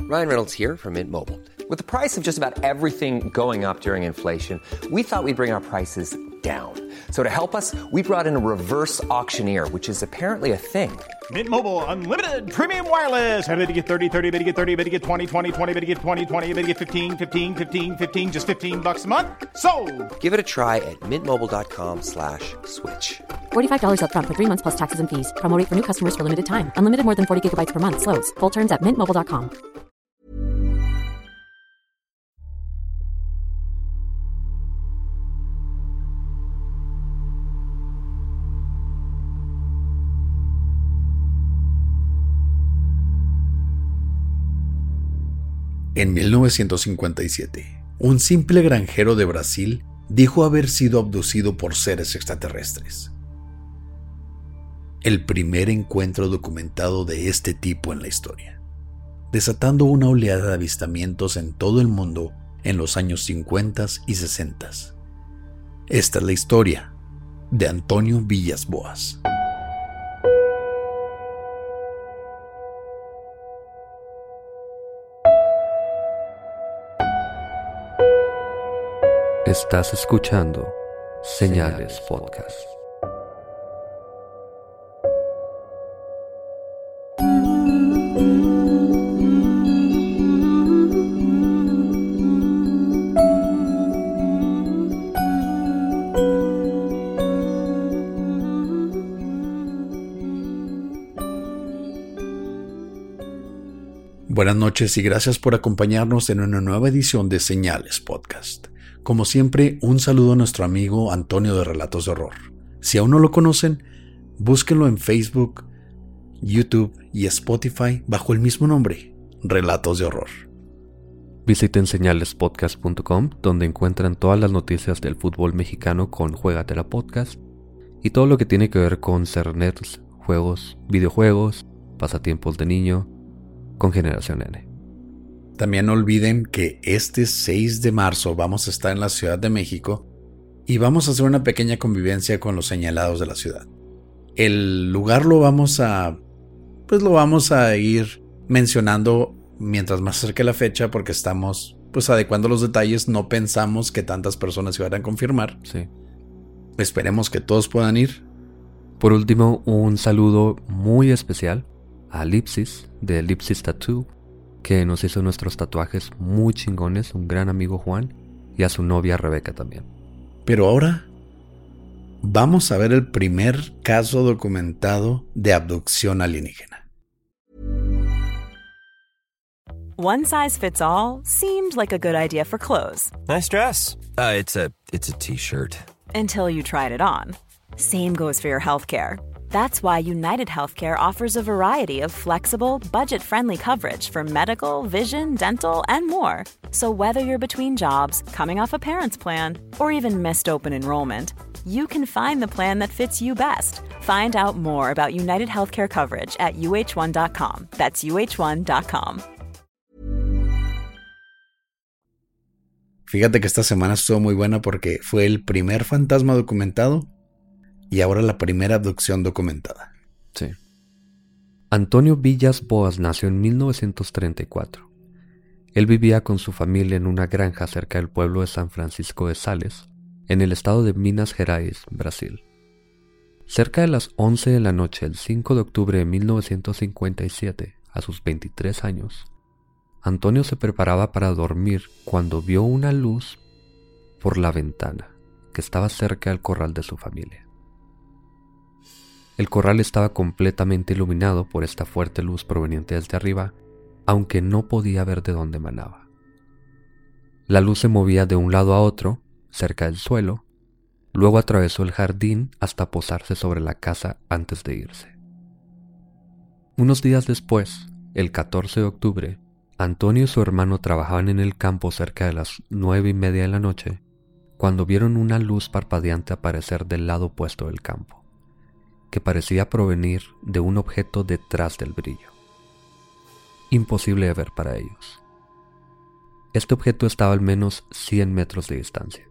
Ryan Reynolds here from Mint Mobile. With the price of just about everything going up during inflation, we thought we'd bring our prices down. So to help us, we brought in a reverse auctioneer, which is apparently a thing. Mint Mobile Unlimited Premium Wireless. How to get 30, 30, bit to get 30, bit to get 20, 20, 20, bit to get 20, 20, bit to get 15, 15, 15, 15, just $15 a month? Sold! Give it a try at mintmobile.com/switch. $45 up front for 3 months plus taxes and fees. Promo rate for new customers for limited time. Unlimited more than 40 gigabytes per month. Slows full terms at mintmobile.com. En 1957, un simple granjero de Brasil dijo haber sido abducido por seres extraterrestres. El primer encuentro documentado de este tipo en la historia, desatando una oleada de avistamientos en todo el mundo en los años 50 y 60. Esta es la historia de Antonio Villas Boas. Estás escuchando Señales Podcast. Buenas noches y gracias por acompañarnos en una nueva edición de Señales Podcast. Como siempre, un saludo a nuestro amigo Antonio de Relatos de Horror. Si aún no lo conocen, búsquenlo en Facebook, YouTube y Spotify bajo el mismo nombre, Relatos de Horror. Visiten señalespodcast.com, donde encuentran todas las noticias del fútbol mexicano con Juégatela Podcast y todo lo que tiene que ver con ser nerds, juegos, videojuegos, pasatiempos de niño, con Generación N. También no olviden que este 6 de marzo vamos a estar en la Ciudad de México y vamos a hacer una pequeña convivencia con los señalados de la ciudad. El lugar lo vamos a ir mencionando mientras más acerque la fecha porque estamos adecuando los detalles. No pensamos que tantas personas se vayan a confirmar. Sí. Esperemos que todos puedan ir. Por último, un saludo muy especial a Lipsis de Lipsis Tattoo, que nos hizo nuestros tatuajes muy chingones, un gran amigo Juan, y a su novia Rebeca también. Pero ahora vamos a ver el primer caso documentado de abducción alienígena. One size fits all seemed like a good idea for clothes. Nice dress. It's a t-shirt. Until you tried it on. Same goes for your healthcare. That's why United Healthcare offers a variety of flexible, budget-friendly coverage for medical, vision, dental, and more. So whether you're between jobs, coming off a parent's plan, or even missed open enrollment, you can find the plan that fits you best. Find out more about United Healthcare coverage at uh1.com. That's uh1.com. Fíjate que esta semana estuvo muy buena porque fue el primer fantasma documentado y ahora la primera abducción documentada. Sí. Antonio Villas Boas nació en 1934. Él vivía con su familia en una granja cerca del pueblo de San Francisco de Sales, en el estado de Minas Gerais, Brasil. Cerca de las 11 de la noche, el 5 de octubre de 1957, a sus 23 años, Antonio se preparaba para dormir cuando vio una luz por la ventana que estaba cerca del corral de su familia. El corral estaba completamente iluminado por esta fuerte luz proveniente desde arriba, aunque no podía ver de dónde emanaba. La luz se movía de un lado a otro, cerca del suelo, luego atravesó el jardín hasta posarse sobre la casa antes de irse. Unos días después, el 14 de octubre, Antonio y su hermano trabajaban en el campo cerca de las 9:30 de la noche, cuando vieron una luz parpadeante aparecer del lado opuesto del campo, que parecía provenir de un objeto detrás del brillo. Imposible de ver para ellos. Este objeto estaba al menos 100 metros de distancia.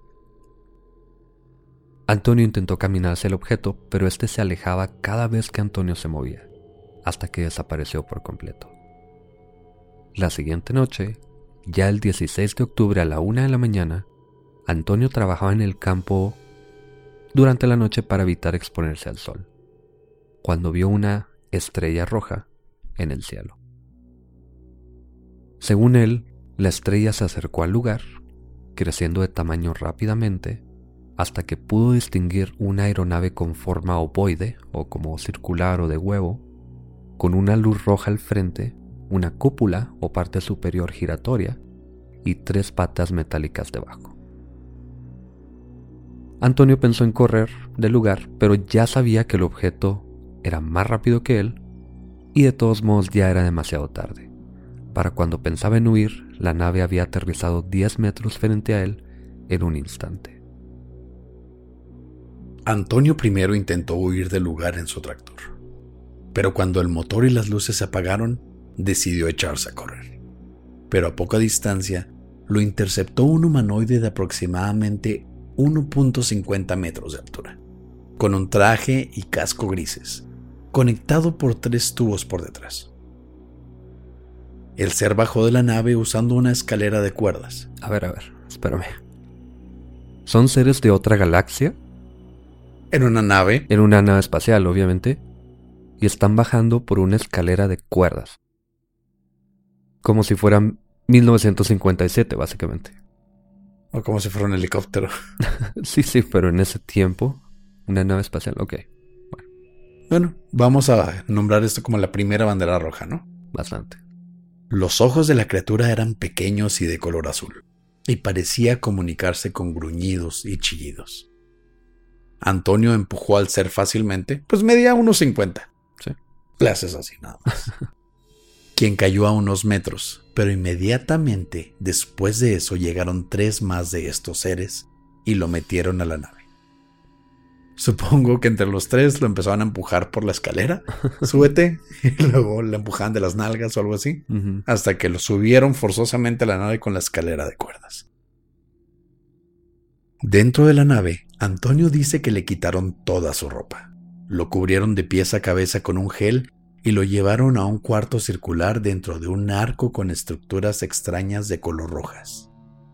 Antonio intentó caminar hacia el objeto, pero este se alejaba cada vez que Antonio se movía, hasta que desapareció por completo. La siguiente noche, ya el 16 de octubre a la 1 de la mañana, Antonio trabajaba en el campo durante la noche para evitar exponerse al sol, cuando vio una estrella roja en el cielo. Según él, la estrella se acercó al lugar, creciendo de tamaño rápidamente, hasta que pudo distinguir una aeronave con forma ovoide, o como circular o de huevo, con una luz roja al frente, una cúpula o parte superior giratoria y 3 patas metálicas debajo. Antonio pensó en correr del lugar, pero ya sabía que el objeto era más rápido que él y de todos modos ya era demasiado tarde. Para cuando pensaba en huir, la nave había aterrizado 10 metros frente a él en un instante. Antonio primero intentó huir del lugar en su tractor, pero cuando el motor y las luces se apagaron, decidió echarse a correr. Pero a poca distancia, lo interceptó un humanoide de aproximadamente 1.50 metros de altura, con un traje y casco grises, conectado por 3 tubos por detrás. El ser bajó de la nave usando una escalera de cuerdas. A ver, espérame. ¿Son seres de otra galaxia? En una nave. En una nave espacial, obviamente. Y están bajando por una escalera de cuerdas. Como si fueran 1957, básicamente. O como si fuera un helicóptero. Sí, pero en ese tiempo, una nave espacial, ok. Bueno, vamos a nombrar esto como la primera bandera roja, ¿no? Bastante. Los ojos de la criatura eran pequeños y de color azul, y parecía comunicarse con gruñidos y chillidos. Antonio empujó al ser fácilmente, pues medía 1.50. Sí. Le haces así nada más. Quien cayó a unos metros, pero inmediatamente después de eso llegaron 3 más de estos seres y lo metieron a la nave. Supongo que entre los 3 lo empezaron a empujar por la escalera, súbete, y luego le empujaban de las nalgas o algo así, hasta que lo subieron forzosamente a la nave con la escalera de cuerdas. Dentro de la nave, Antonio dice que le quitaron toda su ropa, lo cubrieron de pies a cabeza con un gel y lo llevaron a un cuarto circular dentro de un arco con estructuras extrañas de color rojas.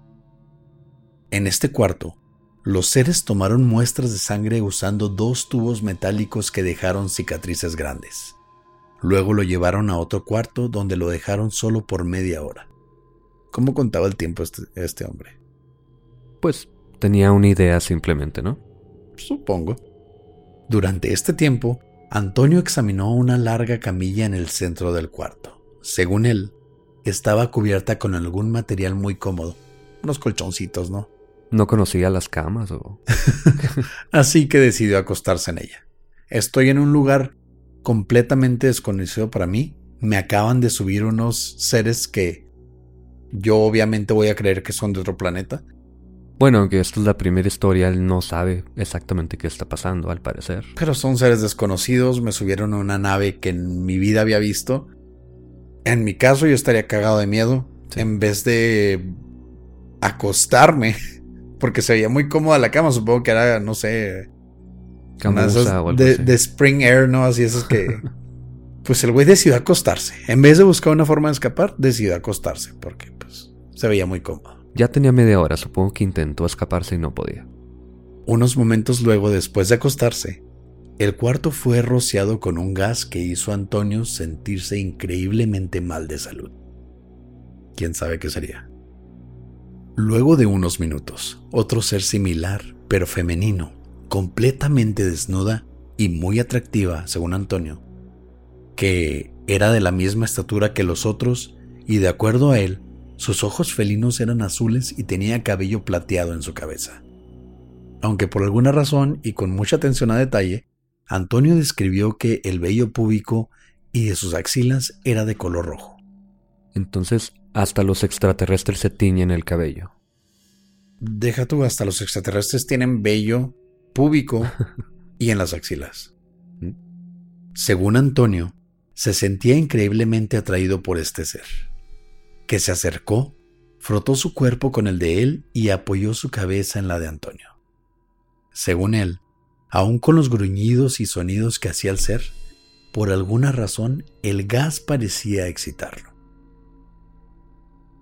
En este cuarto, los seres tomaron muestras de sangre usando 2 tubos metálicos que dejaron cicatrices grandes. Luego lo llevaron a otro cuarto donde lo dejaron solo por media hora. ¿Cómo contaba el tiempo este hombre? Pues tenía una idea simplemente, ¿no? Supongo. Durante este tiempo, Antonio examinó una larga camilla en el centro del cuarto. Según él, estaba cubierta con algún material muy cómodo. Unos colchoncitos, ¿no? ¿No conocía las camas o...? Así que decidió acostarse en ella. Estoy en un lugar completamente desconocido para mí. Me acaban de subir unos seres que yo obviamente voy a creer que son de otro planeta. Bueno, aunque esta es la primera historia, él no sabe exactamente qué está pasando, al parecer. Pero son seres desconocidos, me subieron a una nave que en mi vida había visto. En mi caso yo estaría cagado de miedo. Sí. En vez de acostarme... Porque se veía muy cómoda la cama, supongo que era, no sé... Camusa o algo así. De Spring Air, ¿no? Así esas que... Pues el güey decidió acostarse. En vez de buscar una forma de escapar, decidió acostarse. Porque, pues, se veía muy cómodo. Ya tenía media hora, supongo que intentó escaparse y no podía. Unos momentos luego, después de acostarse, el cuarto fue rociado con un gas que hizo a Antonio sentirse increíblemente mal de salud. ¿Quién sabe qué sería? Luego de unos minutos, otro ser similar, pero femenino, completamente desnuda y muy atractiva, según Antonio, que era de la misma estatura que los otros y de acuerdo a él, sus ojos felinos eran azules y tenía cabello plateado en su cabeza. Aunque por alguna razón y con mucha atención a detalle, Antonio describió que el vello púbico y de sus axilas era de color rojo. Entonces, hasta los extraterrestres se tiñen el cabello. Deja tú, hasta los extraterrestres tienen vello púbico y en las axilas. Según Antonio, se sentía increíblemente atraído por este ser, que se acercó, frotó su cuerpo con el de él y apoyó su cabeza en la de Antonio. Según él, aun con los gruñidos y sonidos que hacía el ser, por alguna razón el gas parecía excitarlo.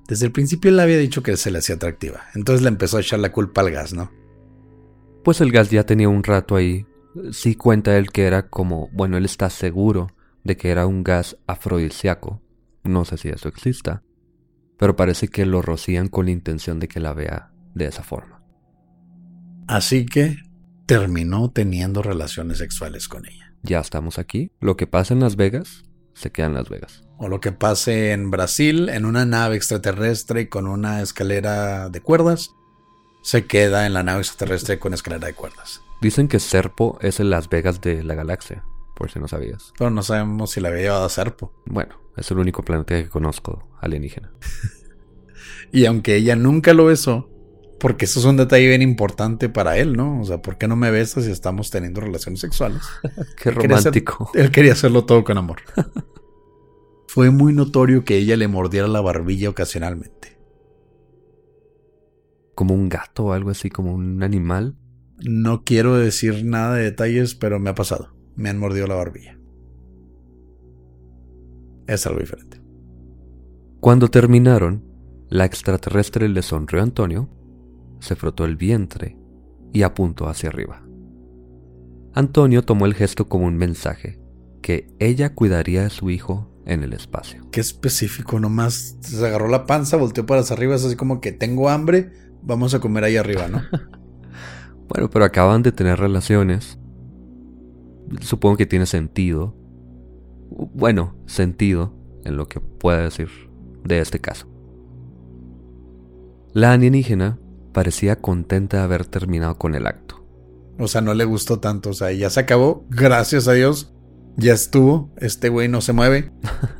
Desde el principio él le había dicho que se le hacía atractiva. Entonces le empezó a echar la culpa al gas, ¿no? Pues el gas ya tenía un rato ahí. Sí cuenta él que era como... Bueno, él está seguro de que era un gas afrodisíaco. No sé si eso exista. Pero parece que lo rocían con la intención de que la vea de esa forma. Así que terminó teniendo relaciones sexuales con ella. Ya estamos aquí. Lo que pasa en Las Vegas, se queda en Las Vegas. O lo que pase en Brasil, en una nave extraterrestre con una escalera de cuerdas, se queda en la nave extraterrestre con escalera de cuerdas. Dicen que Serpo es el Las Vegas de la galaxia, por si no sabías. Pero no sabemos si la había llevado a Serpo. Bueno, es el único planeta que conozco alienígena. Y aunque ella nunca lo besó, porque eso es un detalle bien importante para él, ¿no? O sea, ¿por qué no me besas si estamos teniendo relaciones sexuales? Qué romántico. Él quería hacerlo todo con amor. Fue muy notorio que ella le mordiera la barbilla ocasionalmente. Como un gato o algo así, como un animal. No quiero decir nada de detalles, pero me ha pasado. Me han mordido la barbilla. Es algo diferente. Cuando terminaron, la extraterrestre le sonrió a Antonio, se frotó el vientre y apuntó hacia arriba. Antonio tomó el gesto como un mensaje, que ella cuidaría de su hijo en el espacio. Qué específico, nomás se agarró la panza, volteó para hacia arriba, es así como que tengo hambre, vamos a comer ahí arriba, ¿no? Bueno, pero acaban de tener relaciones. Supongo que tiene sentido. Bueno, sentido en lo que pueda decir de este caso. La alienígena parecía contenta de haber terminado con el acto. O sea, no le gustó tanto, o sea, ya se acabó, gracias a Dios. Ya estuvo, este güey no se mueve.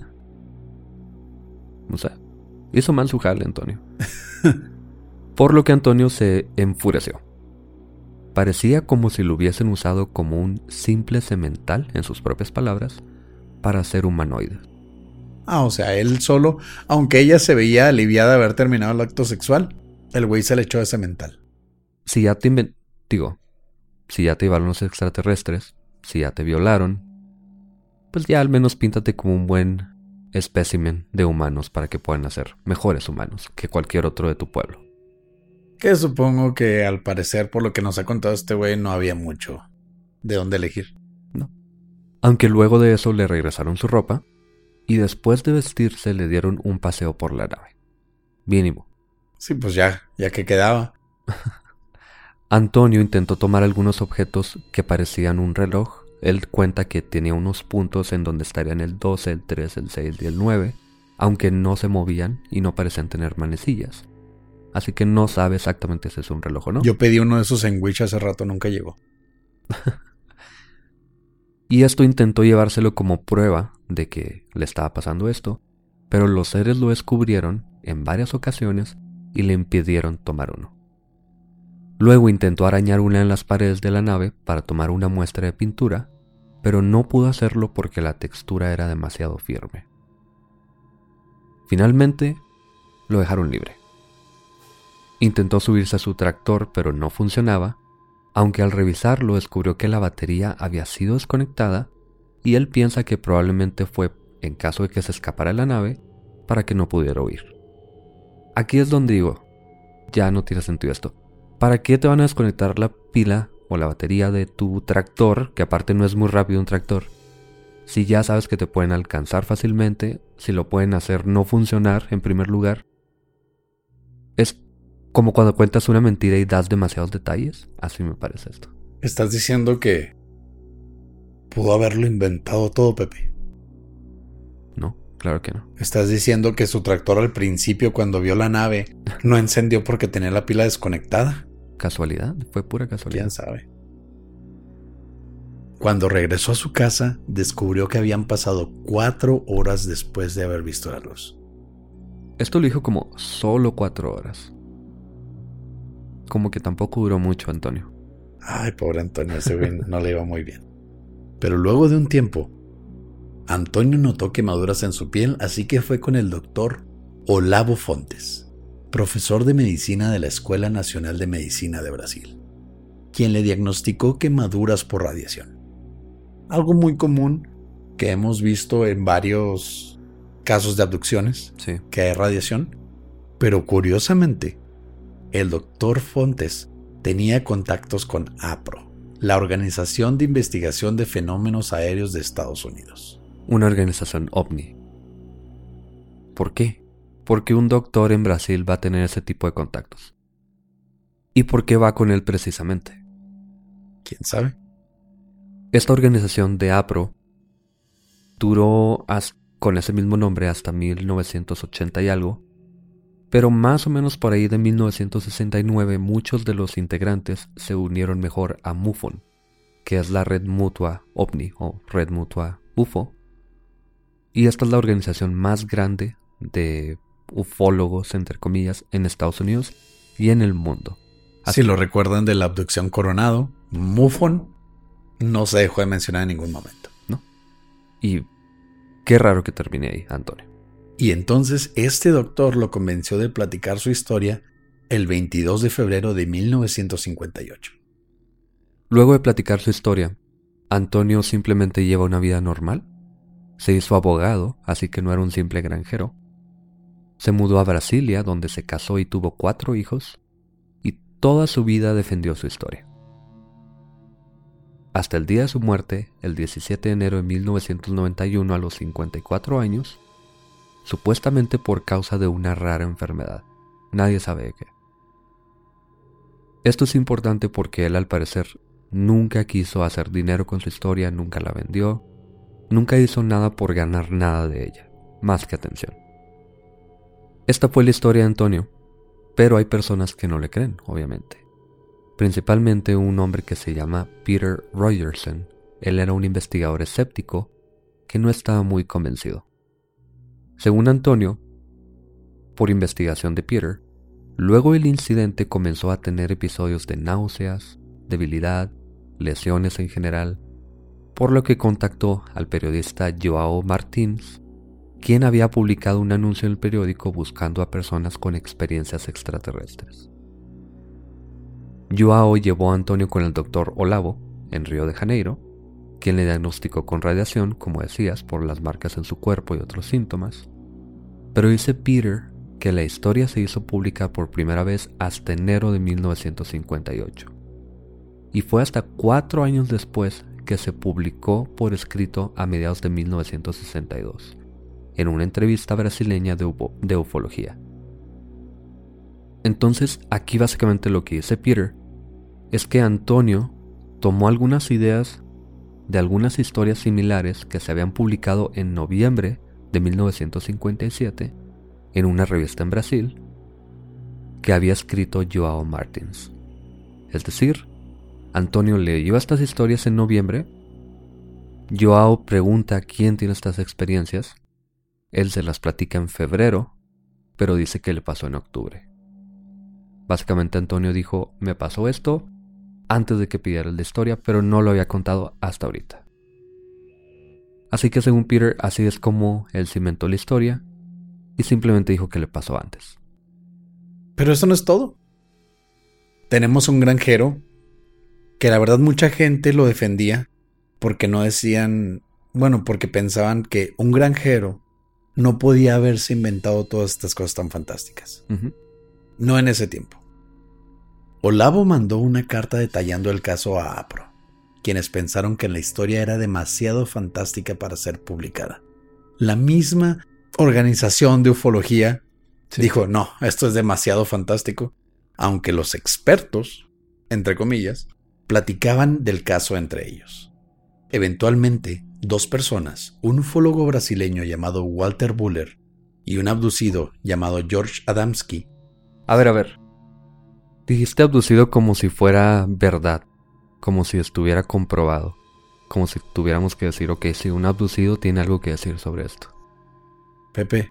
No sé, hizo mal su jale, Antonio. Por lo que Antonio se enfureció. Parecía como si lo hubiesen usado como un simple semental, en sus propias palabras, para ser humanoide. Ah, o sea, él solo, aunque ella se veía aliviada de haber terminado el acto sexual, el güey se le echó de semental. Si ya te si ya te llevaron los extraterrestres, si ya te violaron, pues ya al menos píntate como un buen espécimen de humanos para que puedan hacer mejores humanos que cualquier otro de tu pueblo. Que supongo que al parecer, por lo que nos ha contado este güey, no había mucho de dónde elegir. No. Aunque luego de eso le regresaron su ropa y después de vestirse le dieron un paseo por la nave. Mínimo. Sí, pues ya que quedaba. Antonio intentó tomar algunos objetos que parecían un reloj. Él cuenta que tenía unos puntos en donde estarían el 12, el 3, el 6 y el 9, aunque no se movían y no parecían tener manecillas. Así que no sabe exactamente si es un reloj o no. Yo pedí uno de esos en Wish hace rato, nunca llegó. Y esto intentó llevárselo como prueba de que le estaba pasando esto, pero los seres lo descubrieron en varias ocasiones y le impidieron tomar uno. Luego intentó arañar una en las paredes de la nave para tomar una muestra de pintura, pero no pudo hacerlo porque la textura era demasiado firme. Finalmente, lo dejaron libre. Intentó subirse a su tractor, pero no funcionaba, aunque al revisarlo descubrió que la batería había sido desconectada y él piensa que probablemente fue en caso de que se escapara de la nave para que no pudiera huir. Aquí es donde digo, ya no tiene sentido esto. ¿Para qué te van a desconectar la pila o la batería de tu tractor, que aparte no es muy rápido un tractor, si ya sabes que te pueden alcanzar fácilmente, si lo pueden hacer no funcionar en primer lugar? Es como cuando cuentas una mentira y das demasiados detalles. Así me parece esto. ¿Estás diciendo que pudo haberlo inventado todo, Pepe? No, claro que no. ¿Estás diciendo que su tractor al principio, cuando vio la nave, no encendió porque tenía la pila desconectada? ¿Casualidad? Fue pura casualidad. ¿Quién sabe? Cuando regresó a su casa, descubrió que habían pasado 4 horas después de haber visto la luz. Esto lo dijo como solo 4 horas. Como que tampoco duró mucho, Antonio. Ay, pobre Antonio, ese güey no le iba muy bien. Pero luego de un tiempo, Antonio notó quemaduras en su piel, así que fue con el doctor Olavo Fontes, profesor de medicina de la Escuela Nacional de Medicina de Brasil, quien le diagnosticó quemaduras por radiación. Algo muy común que hemos visto en varios casos de abducciones, sí, que hay radiación. Pero curiosamente, el doctor Fontes tenía contactos con APRO, la Organización de Investigación de Fenómenos Aéreos de Estados Unidos. Una organización ovni. ¿Por qué? ¿Por qué un doctor en Brasil va a tener ese tipo de contactos? ¿Y por qué va con él precisamente? ¿Quién sabe? Esta organización de APRO duró con ese mismo nombre hasta 1980 y algo, pero más o menos por ahí de 1969 muchos de los integrantes se unieron mejor a MUFON, que es la Red Mutua OVNI o Red Mutua UFO, y esta es la organización más grande de ufólogos, entre comillas, en Estados Unidos y en el mundo. Si lo recuerdan de la abducción Coronado, MUFON no se dejó de mencionar en ningún momento. ¿No? Y qué raro que termine ahí, Antonio. Y entonces este doctor lo convenció de platicar su historia el 22 de febrero de 1958. Luego de platicar su historia, Antonio simplemente lleva una vida normal. Se hizo abogado, así que no era un simple granjero. Se mudó a Brasilia, donde se casó y tuvo 4 hijos, y toda su vida defendió su historia. Hasta el día de su muerte, el 17 de enero de 1991 a los 54 años, supuestamente por causa de una rara enfermedad. Nadie sabe de qué. Esto es importante porque él, al parecer, nunca quiso hacer dinero con su historia, nunca la vendió, nunca hizo nada por ganar nada de ella, más que atención. Esta fue la historia de Antonio, pero hay personas que no le creen, obviamente. Principalmente un hombre que se llama Peter Rogerson. Él era un investigador escéptico que no estaba muy convencido. Según Antonio, por investigación de Peter, luego del incidente comenzó a tener episodios de náuseas, debilidad, lesiones en general, por lo que contactó al periodista João Martins, quien había publicado un anuncio en el periódico buscando a personas con experiencias extraterrestres. João llevó a Antonio con el doctor Olavo, en Río de Janeiro, quien le diagnosticó con radiación, como decías, por las marcas en su cuerpo y otros síntomas. Pero dice Peter que la historia se hizo pública por primera vez hasta enero de 1958. Y fue hasta 4 años después que se publicó por escrito a mediados de 1962, en una entrevista brasileña de ufología. Entonces, aquí básicamente lo que dice Peter es que Antonio tomó algunas ideas de algunas historias similares que se habían publicado en noviembre de 1957 en una revista en Brasil que había escrito João Martins. Es decir, Antonio leyó estas historias en noviembre, João pregunta quién tiene estas experiencias, él se las platica en febrero, pero dice que le pasó en octubre. Básicamente Antonio dijo, me pasó esto antes de que pidiera la historia, pero no lo había contado hasta ahorita. Así que según Peter, así es como él cimentó la historia y simplemente dijo que le pasó antes. Pero eso no es todo. Tenemos un granjero que la verdad mucha gente lo defendía porque no decían, porque pensaban que un granjero no podía haberse inventado todas estas cosas tan fantásticas. Uh-huh. No en ese tiempo. Olavo mandó una carta detallando el caso a APRO, quienes pensaron que la historia era demasiado fantástica para ser publicada. La misma organización de ufología dijo, no, esto es demasiado fantástico, aunque los expertos, entre comillas, platicaban del caso entre ellos. Eventualmente, 2 personas, un ufólogo brasileño llamado Walter Buller y un abducido llamado George Adamski. A ver. Dijiste abducido como si fuera verdad, como si estuviera comprobado, como si tuviéramos que decir, ok, si un abducido tiene algo que decir sobre esto. Pepe,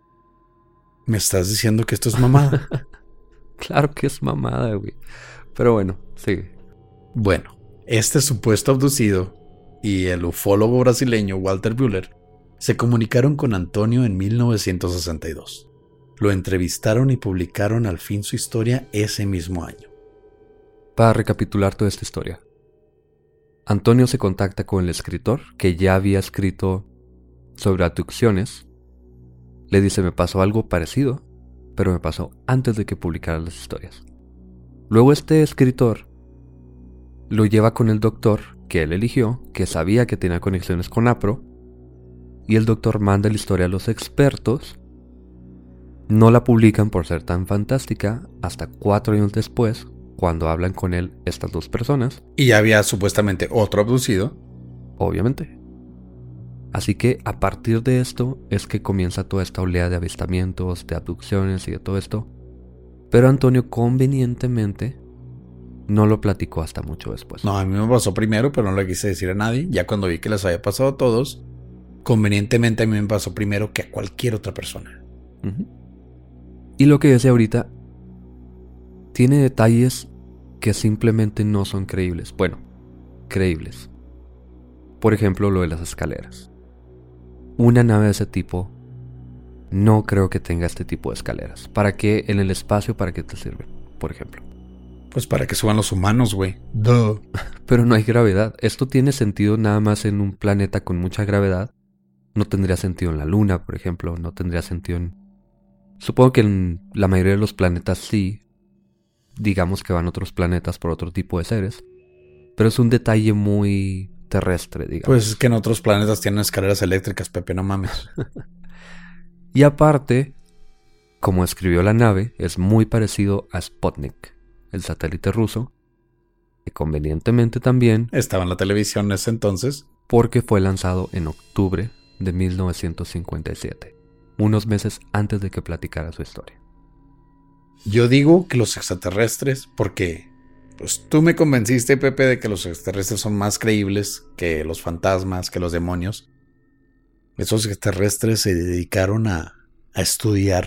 ¿me estás diciendo que esto es mamada? Claro que es mamada, güey. Pero bueno, sigue. Bueno, este supuesto abducido y el ufólogo brasileño Walter Buller se comunicaron con Antonio en 1962. Lo entrevistaron y publicaron al fin su historia ese mismo año. Para recapitular toda esta historia, Antonio se contacta con el escritor que ya había escrito sobre abducciones. Le dice, me pasó algo parecido, pero me pasó antes de que publicara las historias. Luego este escritor lo lleva con el doctor que él eligió, que sabía que tenía conexiones con APRO, y el doctor manda la historia a los expertos. No la publican por ser tan fantástica hasta 4 años después, cuando hablan con él estas dos personas. Y ya había supuestamente otro abducido. Obviamente. Así que a partir de esto es que comienza toda esta oleada de avistamientos, de abducciones y de todo esto. Pero Antonio convenientemente no lo platicó hasta mucho después. No, a mí me pasó primero, pero no le quise decir a nadie. Ya cuando vi que les había pasado a todos, convenientemente a mí me pasó primero que a cualquier otra persona. Y lo que decía ahorita tiene detalles que simplemente no son creíbles. Bueno, creíbles. Por ejemplo, lo de las escaleras. Una nave de ese tipo no creo que tenga este tipo de escaleras. ¿Para qué en el espacio? ¿Para qué te sirve? Por ejemplo. Pues para que suban los humanos, güey. Duh. Pero no hay gravedad. Esto tiene sentido nada más en un planeta con mucha gravedad. No tendría sentido en la Luna, por ejemplo. No tendría sentido en... Supongo que en la mayoría de los planetas sí. Digamos que van otros planetas por otro tipo de seres. Pero es un detalle muy terrestre, digamos. Pues es que en otros planetas tienen escaleras eléctricas, Pepe, no mames. Y aparte, como escribió la nave, es muy parecido a Sputnik, el satélite ruso, que convenientemente también... Estaba en la televisión en ese entonces. Porque fue lanzado en octubre de 1957, unos meses antes de que platicara su historia. Yo digo que los extraterrestres, porque pues tú me convenciste, Pepe, de que los extraterrestres son más creíbles que los fantasmas, que los demonios. Esos extraterrestres se dedicaron a estudiar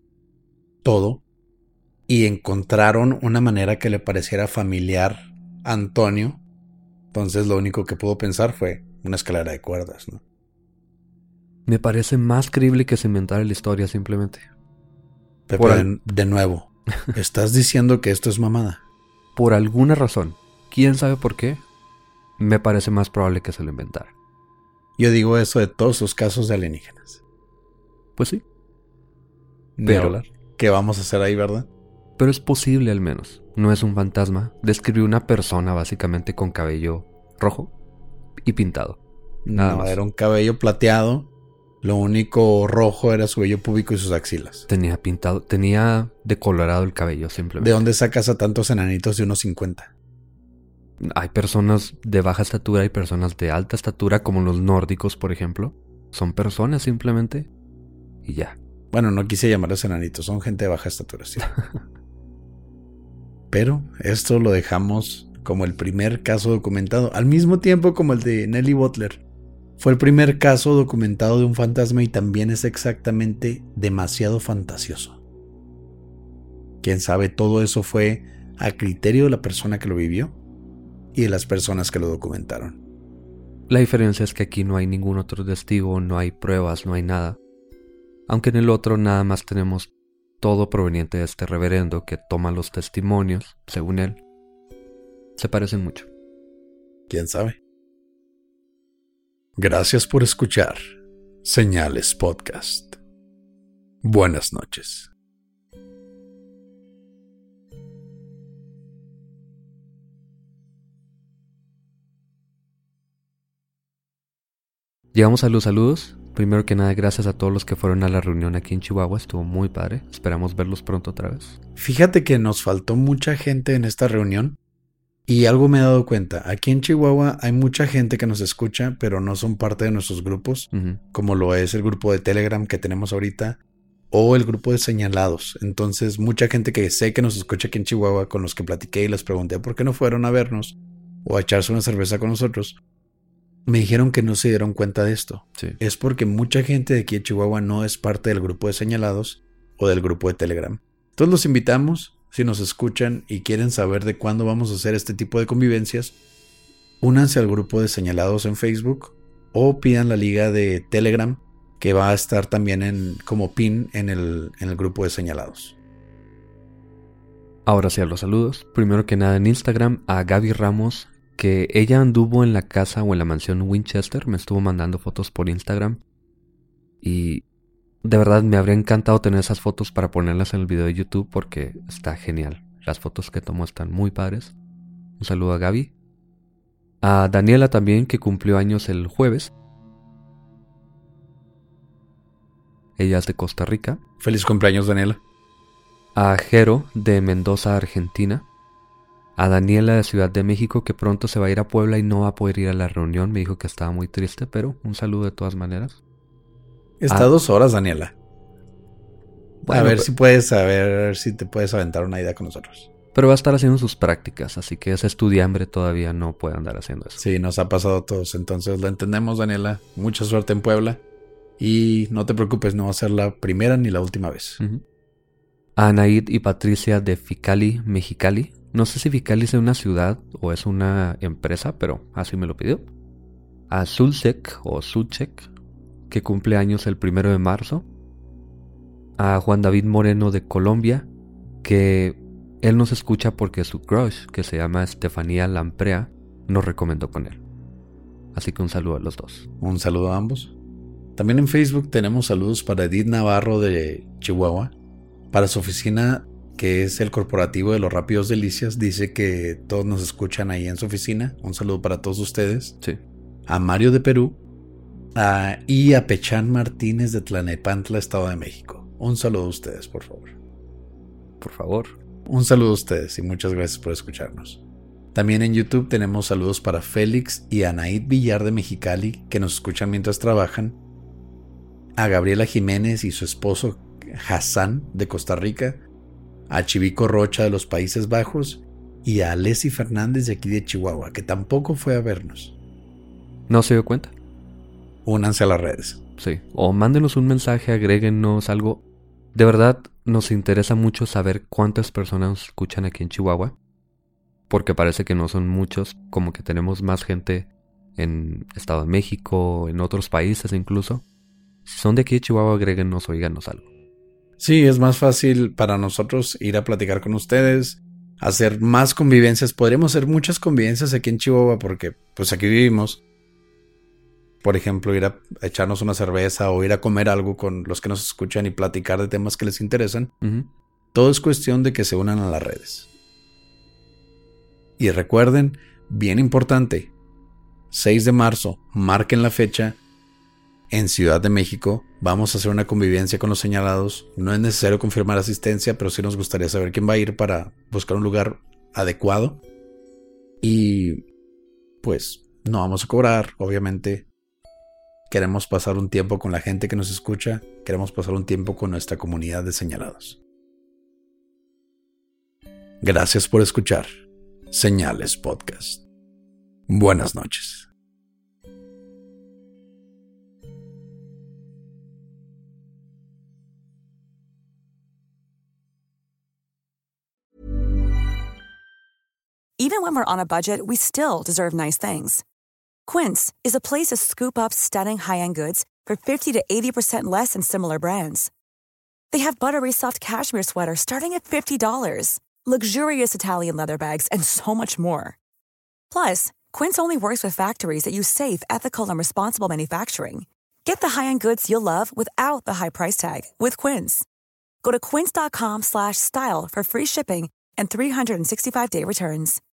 todo y encontraron una manera que le pareciera familiar a Antonio. Entonces lo único que pudo pensar fue una escalera de cuerdas, ¿no? Me parece más creíble que se inventara la historia simplemente. Pepe, de nuevo, ¿estás diciendo que esto es mamada? Por alguna razón, quién sabe por qué, me parece más probable que se lo inventara. Yo digo eso de todos los casos de alienígenas. Pues sí. Pero, ¿qué vamos a hacer ahí, verdad? Pero es posible al menos. No es un fantasma. Describió una persona básicamente con cabello rojo y pintado. Nada más. Era un cabello plateado. Lo único rojo era su vello púbico y sus axilas. Tenía decolorado el cabello simplemente. ¿De dónde sacas a tantos enanitos de 1.50? Hay personas de baja estatura y personas de alta estatura, como los nórdicos, por ejemplo. Son personas simplemente y ya. Bueno, no quise llamarlos enanitos, son gente de baja estatura, sí. Pero esto lo dejamos como el primer caso documentado, al mismo tiempo como el de Nellie Butler. Fue el primer caso documentado de un fantasma y también es exactamente demasiado fantasioso. Quién sabe, todo eso fue a criterio de la persona que lo vivió y de las personas que lo documentaron. La diferencia es que aquí no hay ningún otro testigo, no hay pruebas, no hay nada. Aunque en el otro nada más tenemos todo proveniente de este reverendo que toma los testimonios, según él. Se parecen mucho. ¿Quién sabe? Gracias por escuchar Señales Podcast. Buenas noches. Llegamos a los saludos. Primero que nada, gracias a todos los que fueron a la reunión aquí en Chihuahua. Estuvo muy padre. Esperamos verlos pronto otra vez. Fíjate que nos faltó mucha gente en esta reunión. Y algo me he dado cuenta. Aquí en Chihuahua hay mucha gente que nos escucha, pero no son parte de nuestros grupos. Como lo es el grupo de Telegram que tenemos ahorita. O el grupo de señalados. Entonces, mucha gente que sé que nos escucha aquí en Chihuahua, con los que platiqué y les pregunté por qué no fueron a vernos o a echarse una cerveza con nosotros, me dijeron que no se dieron cuenta de esto. Sí. Es porque mucha gente de aquí de Chihuahua no es parte del grupo de señalados o del grupo de Telegram. Entonces los invitamos, si nos escuchan y quieren saber de cuándo vamos a hacer este tipo de convivencias, únanse al grupo de señalados en Facebook o pidan la liga de Telegram que va a estar también como pin en el grupo de señalados. Ahora sí a los saludos. Primero que nada en Instagram a Gaby Ramos, que ella anduvo en la casa o en la mansión Winchester, me estuvo mandando fotos por Instagram y De verdad me habría encantado tener esas fotos para ponerlas en el video de YouTube porque está genial. Las fotos que tomó están muy padres. Un saludo a Gaby. A Daniela también, que cumplió años el jueves. Ella es de Costa Rica. Feliz cumpleaños, Daniela. A Jero de Mendoza, Argentina. A Daniela de Ciudad de México, que pronto se va a ir a Puebla y no va a poder ir a la reunión. Me dijo que estaba muy triste, pero un saludo de todas maneras. Está 2 horas, Daniela. Bueno, a ver si te puedes aventar una idea con nosotros. Pero va a estar haciendo sus prácticas, así que ese estudiambre todavía no puede andar haciendo eso. Sí, nos ha pasado a todos, entonces lo entendemos, Daniela. Mucha suerte en Puebla. Y no te preocupes, no va a ser la primera ni la última vez. A Anaid y Patricia de Ficali, Mexicali. No sé si Ficali es una ciudad o es una empresa, pero así me lo pidió. A Zulcek o Zulcek, que cumple años el 1 de marzo. A Juan David Moreno de Colombia, que él nos escucha porque su crush, que se llama Estefanía Lamprea, nos recomendó con él. Así que un saludo a los dos. Un saludo a ambos. También en Facebook tenemos saludos para Edith Navarro de Chihuahua. Para su oficina, que es el corporativo de los Rápidos Delicias, dice que todos nos escuchan ahí en su oficina. Un saludo para todos ustedes. Sí. A Mario de Perú. Y a Pechán Martínez de Tlanepantla, Estado de México. Un saludo a ustedes, por favor. Por favor. Un saludo a ustedes y muchas gracias por escucharnos. También en YouTube tenemos saludos para Félix y Anaid Villar de Mexicali, que nos escuchan mientras trabajan. A Gabriela Jiménez y su esposo Hassan de Costa Rica. A Chivico Rocha de los Países Bajos. Y a Alessi Fernández de aquí de Chihuahua, que tampoco fue a vernos. ¿No se dio cuenta? Únanse a las redes. Sí. O mándenos un mensaje, agréguenos algo. De verdad, nos interesa mucho saber cuántas personas nos escuchan aquí en Chihuahua. Porque parece que no son muchos, como que tenemos más gente en Estado de México, en otros países incluso. Si son de aquí de Chihuahua, agréguenos o díganos algo. Sí, es más fácil para nosotros ir a platicar con ustedes, hacer más convivencias. Podríamos hacer muchas convivencias aquí en Chihuahua porque pues aquí vivimos. Por ejemplo, ir a echarnos una cerveza o ir a comer algo con los que nos escuchan y platicar de temas que les interesan. Todo es cuestión de que se unan a las redes. Y recuerden, bien importante, 6 de marzo, marquen la fecha. En Ciudad de México vamos a hacer una convivencia con los señalados. No es necesario confirmar asistencia, pero sí nos gustaría saber quién va a ir para buscar un lugar adecuado. Y pues no vamos a cobrar, obviamente. Queremos pasar un tiempo con la gente que nos escucha. Queremos pasar un tiempo con nuestra comunidad de señalados. Gracias por escuchar Señales Podcast. Buenas noches. Even when we're on a budget, we still deserve nice things. Quince is a place to scoop up stunning high-end goods for 50 to 80% less than similar brands. They have buttery soft cashmere sweaters starting at $50, luxurious Italian leather bags, and so much more. Plus, Quince only works with factories that use safe, ethical, and responsible manufacturing. Get the high-end goods you'll love without the high price tag with Quince. Go to quince.com/style for free shipping and 365-day returns.